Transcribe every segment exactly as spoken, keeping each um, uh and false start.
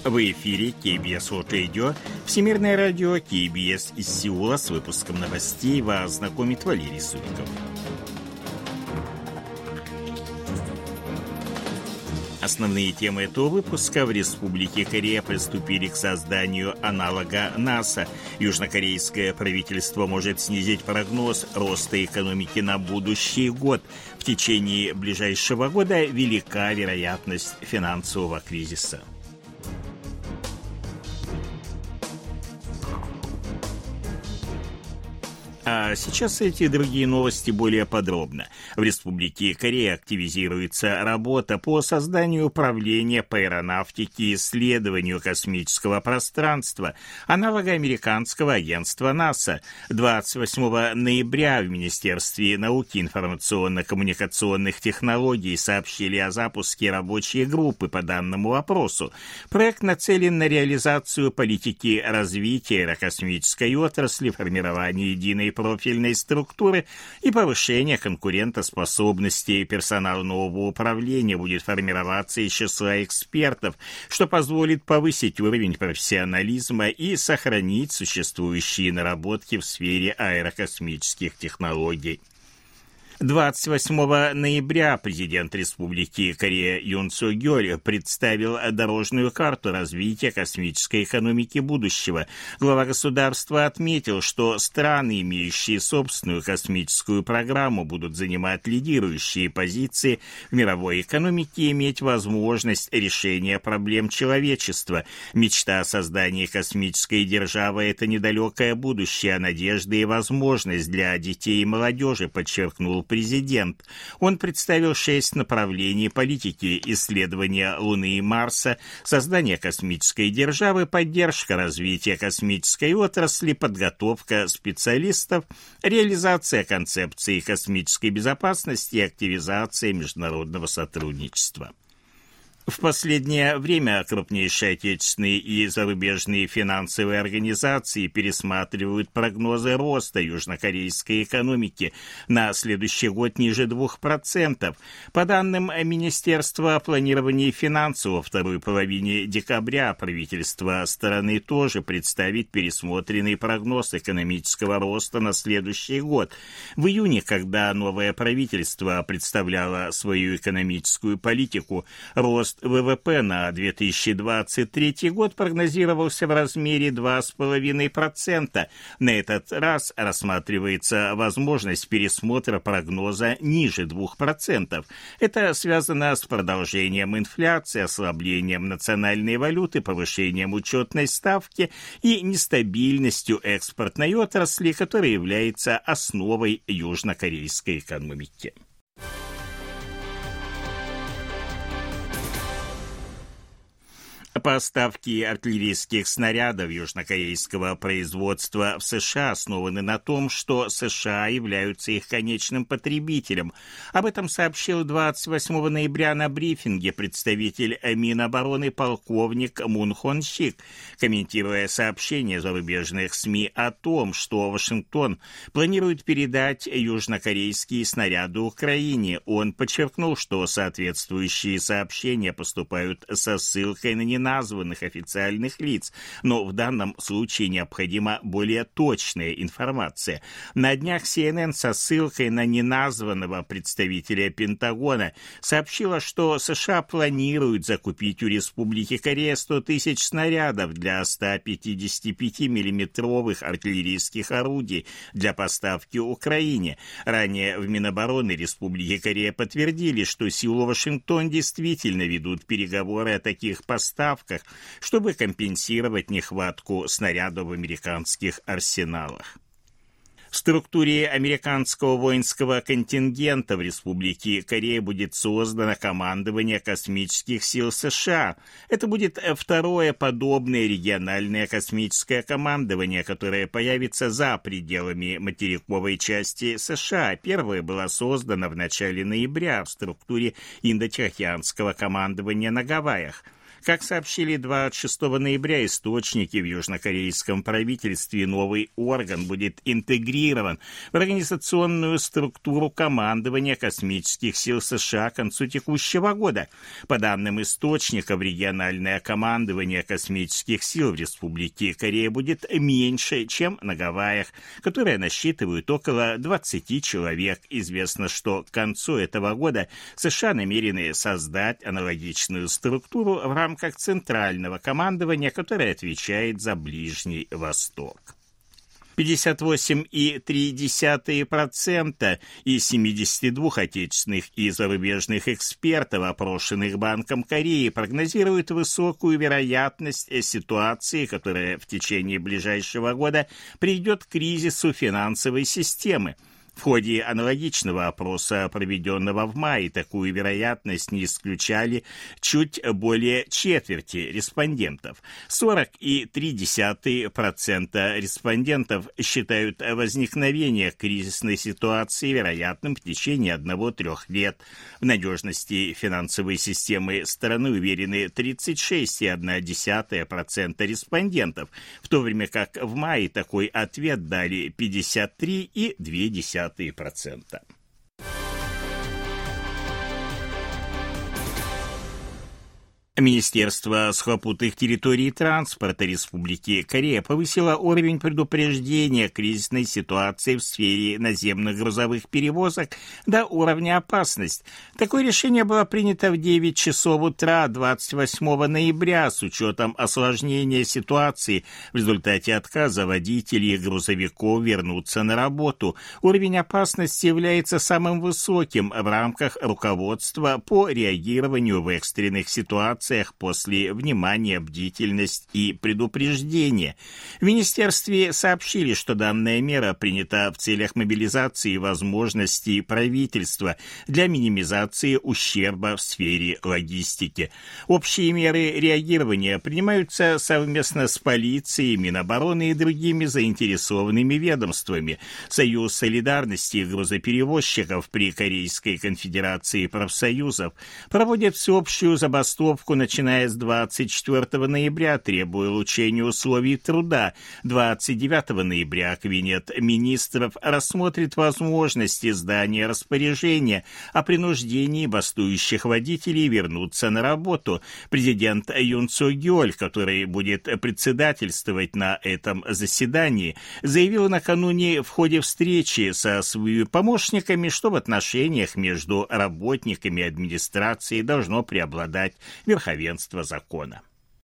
В эфире кей би эс World Radio, Всемирное радио кей би эс из Сеула. С выпуском новостей вас знакомит Валерий Суриков. Основные темы этого выпуска: в Республике Корея приступили к созданию аналога НАСА. Южнокорейское правительство может снизить прогноз роста экономики на будущий год. В течение ближайшего года велика вероятность финансового кризиса. А сейчас эти и другие новости более подробно. В Республике Корея активизируется работа по созданию управления по аэронавтике и исследованию космического пространства, аналога американского агентства НАСА. двадцать восьмого ноября в Министерстве науки и информационно-коммуникационных технологий сообщили о запуске рабочей группы по данному вопросу. Проект нацелен на реализацию политики развития аэрокосмической отрасли, формирование единой профильной структуры и повышение конкурентоспособности. Персонал нового управления будет формироваться из числа экспертов, что позволит повысить уровень профессионализма и сохранить существующие наработки в сфере аэрокосмических технологий. двадцать восьмого ноября президент Республики Корея Юн Су Гёль представил дорожную карту развития космической экономики будущего. Глава государства отметил, что страны, имеющие собственную космическую программу, будут занимать лидирующие позиции в мировой экономике и иметь возможность решения проблем человечества. Мечта о создании космической державы – это недалекое будущее, а надежда и возможность для детей и молодежи, подчеркнул президент. Он представил шесть направлений политики: исследования Луны и Марса, создание космической державы, поддержка развития космической отрасли, подготовка специалистов, реализация концепции космической безопасности и активизация международного сотрудничества. В последнее время крупнейшие отечественные и зарубежные финансовые организации пересматривают прогнозы роста южнокорейской экономики на следующий год ниже двух процентов. По данным Министерства планирования и финансов, во второй половине декабря правительство страны тоже представит пересмотренный прогноз экономического роста на следующий год. В июне, когда новое правительство представляло свою экономическую политику, рост вэ вэ пэ на две тысячи двадцать третий год прогнозировался в размере два целых пять десятых процента. На этот раз рассматривается возможность пересмотра прогноза ниже двух процентов. Это связано с продолжением инфляции, ослаблением национальной валюты, повышением учетной ставки и нестабильностью экспортной отрасли, которая является основой южнокорейской экономики. Поставки артиллерийских снарядов южнокорейского производства в США основаны на том, что США являются их конечным потребителем. Об этом сообщил двадцать восьмого ноября на брифинге представитель Минобороны полковник Мун Хон Сик, комментируя сообщение зарубежных СМИ о том, что Вашингтон планирует передать южнокорейские снаряды Украине. Он подчеркнул, что соответствующие сообщения поступают со ссылкой на неназванных названных официальных лиц, но в данном случае необходима более точная информация. На днях си эн эн со ссылкой на неназванного представителя Пентагона сообщила, что США планируют закупить у Республики Корея сто тысяч снарядов для ста пятидесяти пяти миллиметровых артиллерийских орудий для поставки Украине. Ранее в Минобороны Республики Корея подтвердили, что Сеул и Вашингтон действительно ведут переговоры о таких поставках, чтобы компенсировать нехватку снарядов в американских арсеналах. В структуре американского воинского контингента в Республике Корея будет создано командование космических сил США. Это будет второе подобное региональное космическое командование, которое появится за пределами материковой части США. Первое было создано в начале ноября в структуре Индо-Тихоокеанского командования на Гавайях. Как сообщили двадцать шестого ноября источники в южнокорейском правительстве, новый орган будет интегрирован в организационную структуру командования космических сил США к концу текущего года. По данным источников, региональное командование космических сил в Республике Корея будет меньше, чем на Гавайях, которые насчитывают около двадцати человек. Известно, что к концу этого года США намерены создать аналогичную структуру в рамках как центрального командования, которое отвечает за Ближний Восток. пятьдесят восемь целых три десятых процента из семидесяти двух отечественных и зарубежных экспертов, опрошенных Банком Кореи, прогнозируют высокую вероятность ситуации, которая в течение ближайшего года приведет к кризису финансовой системы. В ходе аналогичного опроса, проведенного в мае, такую вероятность не исключали чуть более четверти респондентов. сорок целых три десятых процента респондентов считают возникновение кризисной ситуации вероятным в течение одного-трех лет. В надежности финансовой системы страны уверены тридцать шесть целых одна десятая процента респондентов, в то время как в мае такой ответ дали пятьдесят три целых две десятых процента. Министерство сухопутных территорий и транспорта Республики Корея повысило уровень предупреждения кризисной ситуации в сфере наземных грузовых перевозок до уровня опасность. Такое решение было принято в девять часов утра двадцать восьмого ноября с учетом осложнения ситуации в результате отказа водителей грузовиков вернуться на работу. Уровень опасности является самым высоким в рамках руководства по реагированию в экстренных ситуациях после внимания, бдительность и предупреждения. В министерстве сообщили, что данная мера принята в целях мобилизации возможностей правительства для минимизации ущерба в сфере логистики. Общие меры реагирования принимаются совместно с полицией, Минобороны и другими заинтересованными ведомствами. Союз солидарности грузоперевозчиков при Корейской конфедерации профсоюзов проводит всеобщую забастовку, начиная с двадцать четвёртого ноября, требуя улучшения условий труда. двадцать девятого ноября Кабинет министров рассмотрит возможности издания распоряжения о принуждении бастующих водителей вернуться на работу. Президент Юн Су-гёль, который будет председательствовать на этом заседании, заявил накануне в ходе встречи со своими помощниками, что в отношениях между работниками администрации должно преобладать верховенство закона.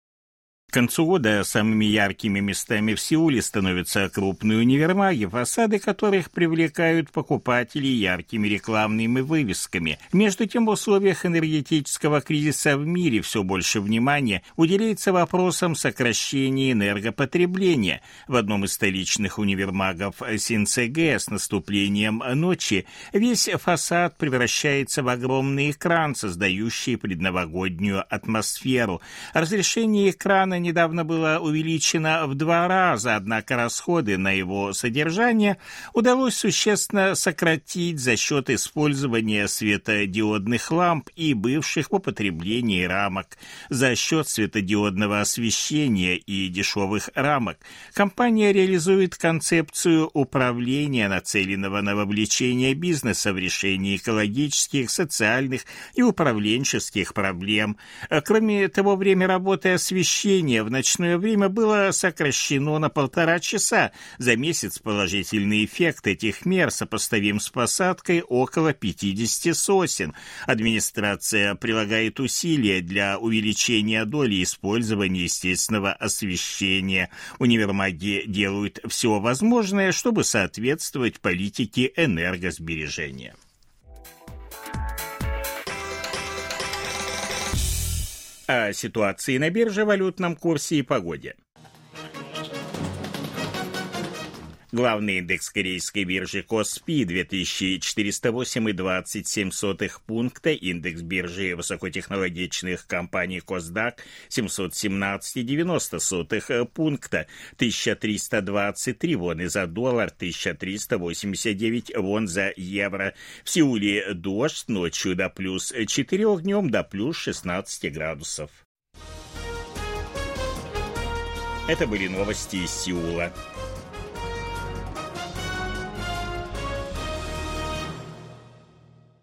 К концу года самыми яркими местами в Сеуле становятся крупные универмаги, фасады которых привлекают покупателей яркими рекламными вывесками. Между тем, в условиях энергетического кризиса в мире все больше внимания уделяется вопросам сокращения энергопотребления. В одном из столичных универмагов Синцэгэ с наступлением ночи весь фасад превращается в огромный экран, создающий предновогоднюю атмосферу. Разрешение экрана недавно было увеличено в два раза, однако расходы на его содержание удалось существенно сократить за счет использования светодиодных ламп и бывших в употреблении рамок. За счет светодиодного освещения и дешевых рамок компания реализует концепцию управления, нацеленного на вовлечение бизнеса в решение экологических, социальных и управленческих проблем. Кроме того, время работы освещения в ночное время было сокращено на полтора часа. За месяц положительный эффект этих мер сопоставим с посадкой около пятидесяти сосен. Администрация прилагает усилия для увеличения доли использования естественного освещения. Универмаги делают все возможное, чтобы соответствовать политике энергосбережения. О ситуации на бирже, валютном курсе и погоде. Главный индекс корейской биржи Коспи две тысячи четыреста восемь целых двадцать семь сотых пункта, индекс биржи высокотехнологичных компаний Косдак семьсот семнадцать целых девяносто сотых пункта, тысяча триста двадцать три воны за доллар, тысяча триста восемьдесят девять вон за евро. В Сеуле дождь, ночью до плюс четыре, днем до плюс шестнадцать градусов. Это были новости из Сеула.